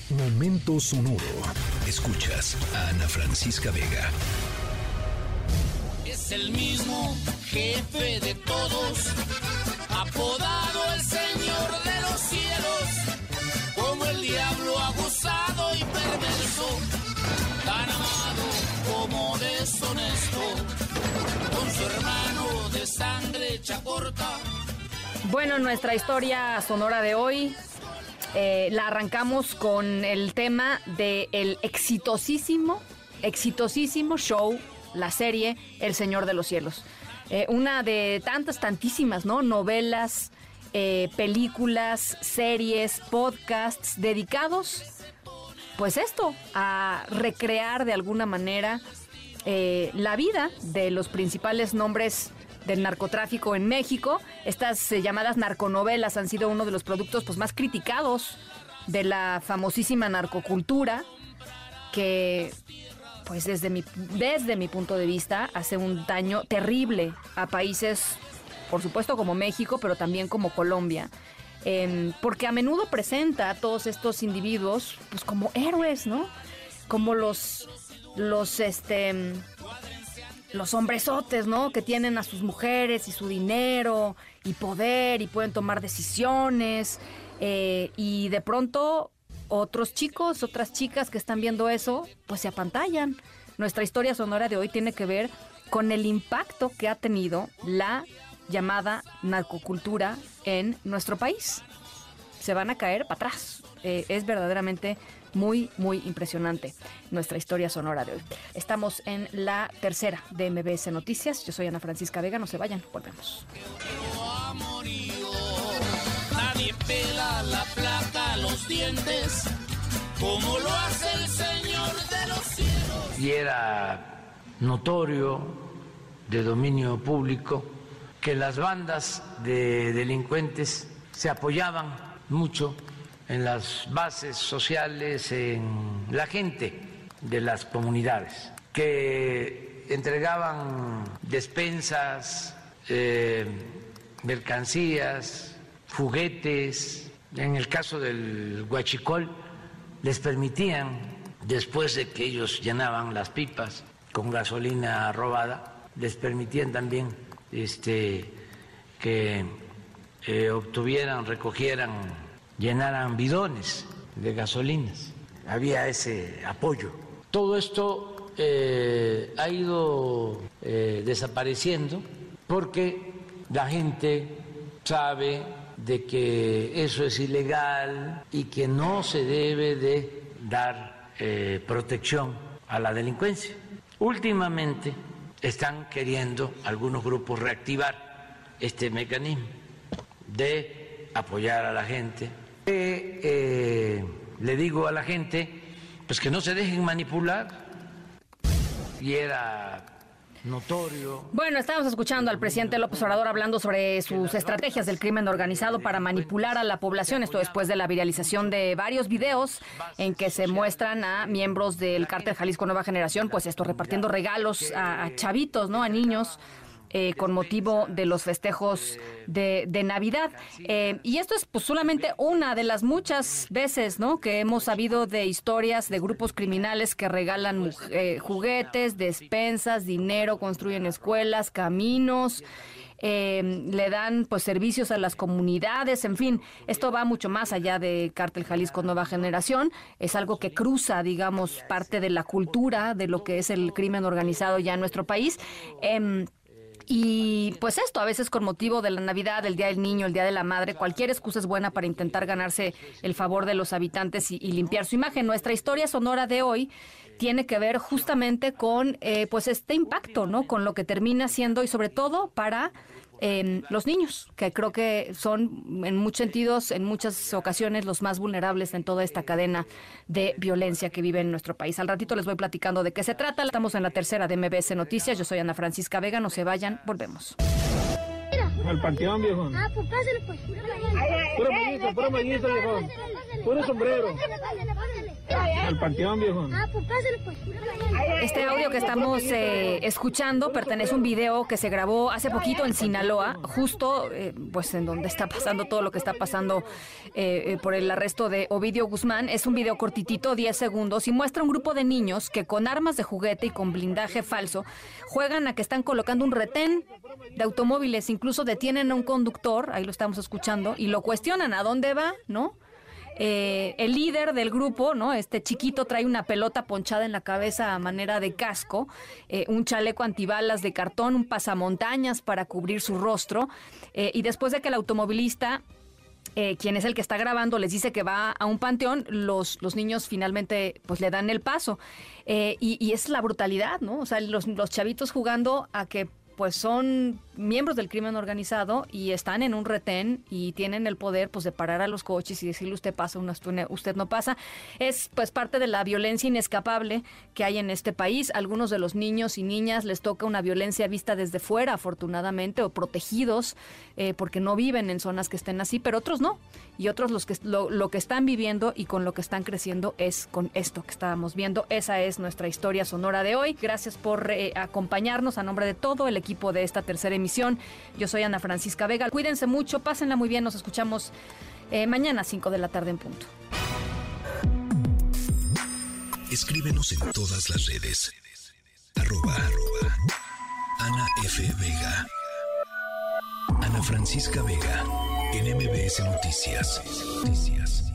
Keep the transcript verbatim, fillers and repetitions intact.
Momento sonoro. Escuchas a Ana Francisca Vega. Es el mismo jefe de todos, apodado el Señor de los cielos, como el diablo abusado y perverso, tan amado como deshonesto, con su hermano de sangre hecha corta. Bueno, nuestra historia sonora de hoy eh, la arrancamos con el tema del exitosísimo, exitosísimo show, la serie El Señor de los Cielos. Eh, una de tantas, tantísimas, ¿no? Novelas, eh, películas, series, podcasts dedicados, pues esto, a recrear de alguna manera eh, la vida de los principales nombres del narcotráfico en México. Estas eh, llamadas narconovelas han sido uno de los productos pues, más criticados de la famosísima narcocultura, que pues desde mi, desde mi punto de vista hace un daño terrible a países, por supuesto como México, pero también como Colombia, eh, porque a menudo presenta a todos estos individuos pues como héroes, ¿no? Como los, los, este... los hombresotes, ¿no? Que tienen a sus mujeres y su dinero y poder y pueden tomar decisiones. Eh, y de pronto otros chicos, otras chicas que están viendo eso, pues se apantallan. Nuestra historia sonora de hoy tiene que ver con el impacto que ha tenido la llamada narcocultura en nuestro país. Se van a caer para atrás. Eh, es verdaderamente muy, muy impresionante nuestra historia sonora de hoy. Estamos en la tercera de M B S Noticias. Yo soy Ana Francisca Vega. No se vayan, volvemos. Nadie pela la plata a los dientes como lo hace el Señor de los cielos. Y era notorio, de dominio público, que las bandas de delincuentes se apoyaban mucho en las bases sociales, en la gente de las comunidades, que entregaban despensas, eh, mercancías, juguetes. En el caso del huachicol, les permitían, después de que ellos llenaban las pipas con gasolina robada, les permitían también este, que eh, obtuvieran, recogieran, llenaran bidones de gasolinas. Había ese apoyo. Todo esto eh, ha ido eh, desapareciendo porque la gente sabe de que eso es ilegal y que no se debe de dar eh, protección a la delincuencia. Últimamente están queriendo algunos grupos reactivar este mecanismo de apoyar a la gente. Eh, eh, le digo a la gente pues que no se dejen manipular. Y era notorio. Bueno, estamos escuchando al presidente López Obrador hablando sobre sus estrategias del crimen organizado para manipular a la población. Esto después de la viralización de varios videos en que se muestran a miembros del Cártel Jalisco Nueva Generación, pues esto, repartiendo regalos a, a chavitos, ¿no? A niños. Eh, con motivo de los festejos de, de Navidad. Eh, y esto es pues solamente una de las muchas veces, ¿no?, que hemos sabido de historias de grupos criminales que regalan eh, juguetes, despensas, dinero, construyen escuelas, caminos, eh, le dan pues servicios a las comunidades, en fin, esto va mucho más allá de Cártel Jalisco Nueva Generación, es algo que cruza, digamos, parte de la cultura de lo que es el crimen organizado ya en nuestro país. Eh, Y pues esto, a veces con motivo de la Navidad, el Día del Niño, el Día de la Madre, cualquier excusa es buena para intentar ganarse el favor de los habitantes y, y limpiar su imagen. Nuestra historia sonora de hoy tiene que ver justamente con eh, pues este impacto, ¿no?, con lo que termina siendo, y sobre todo para eh, los niños, que creo que son en muchos sentidos, en muchas ocasiones, los más vulnerables en toda esta cadena de violencia que vive en nuestro país. Al ratito les voy platicando de qué se trata. Estamos en la tercera de M B S Noticias. Yo soy Ana Francisca Vega. No se vayan, volvemos. Mira, Al panteón, viejo. Ah, pues pásale, pues. Puro mallito, puro mallito, viejo. Puro sombrero. Al panteón, viejo. Ah, pues pásale, pues. Este audio que estamos eh, escuchando pertenece a un video que se grabó hace poquito en Sinaloa, justo eh, pues en donde está pasando todo lo que está pasando eh, eh, por el arresto de Ovidio Guzmán. Es un video cortitito, diez segundos, y muestra un grupo de niños que con armas de juguete y con blindaje falso juegan a que están colocando un retén de automóviles, incluso detienen a un conductor, ahí lo estamos escuchando, y lo cuestionan, ¿a dónde va? ¿No? Eh, el líder del grupo, ¿no? Este chiquito trae una pelota ponchada en la cabeza a manera de casco, eh, un chaleco antibalas de cartón, un pasamontañas para cubrir su rostro, eh, y después de que el automovilista, eh, quien es el que está grabando, les dice que va a un panteón, los, los niños finalmente pues le dan el paso. Eh, y, y es la brutalidad, ¿no? O sea, los, los chavitos jugando a que pues son miembros del crimen organizado y están en un retén y tienen el poder pues de parar a los coches y decirle usted pasa, usted no pasa. Es pues parte de la violencia inescapable que hay en este país. Algunos de los niños y niñas les toca una violencia vista desde fuera, afortunadamente, o protegidos eh, porque no viven en zonas que estén así, pero otros no. Y otros los que lo, lo que están viviendo y con lo que están creciendo es con esto que estábamos viendo. Esa es nuestra historia sonora de hoy. Gracias por eh, acompañarnos a nombre de todo el equipo de esta tercera emisión. Yo soy Ana Francisca Vega. Cuídense mucho, pásenla muy bien. Nos escuchamos eh, mañana a cinco de la tarde en punto. Escríbenos en todas las redes. Arroba, arroba Ana F. Vega. Ana Francisca Vega. En M B S Noticias. Noticias.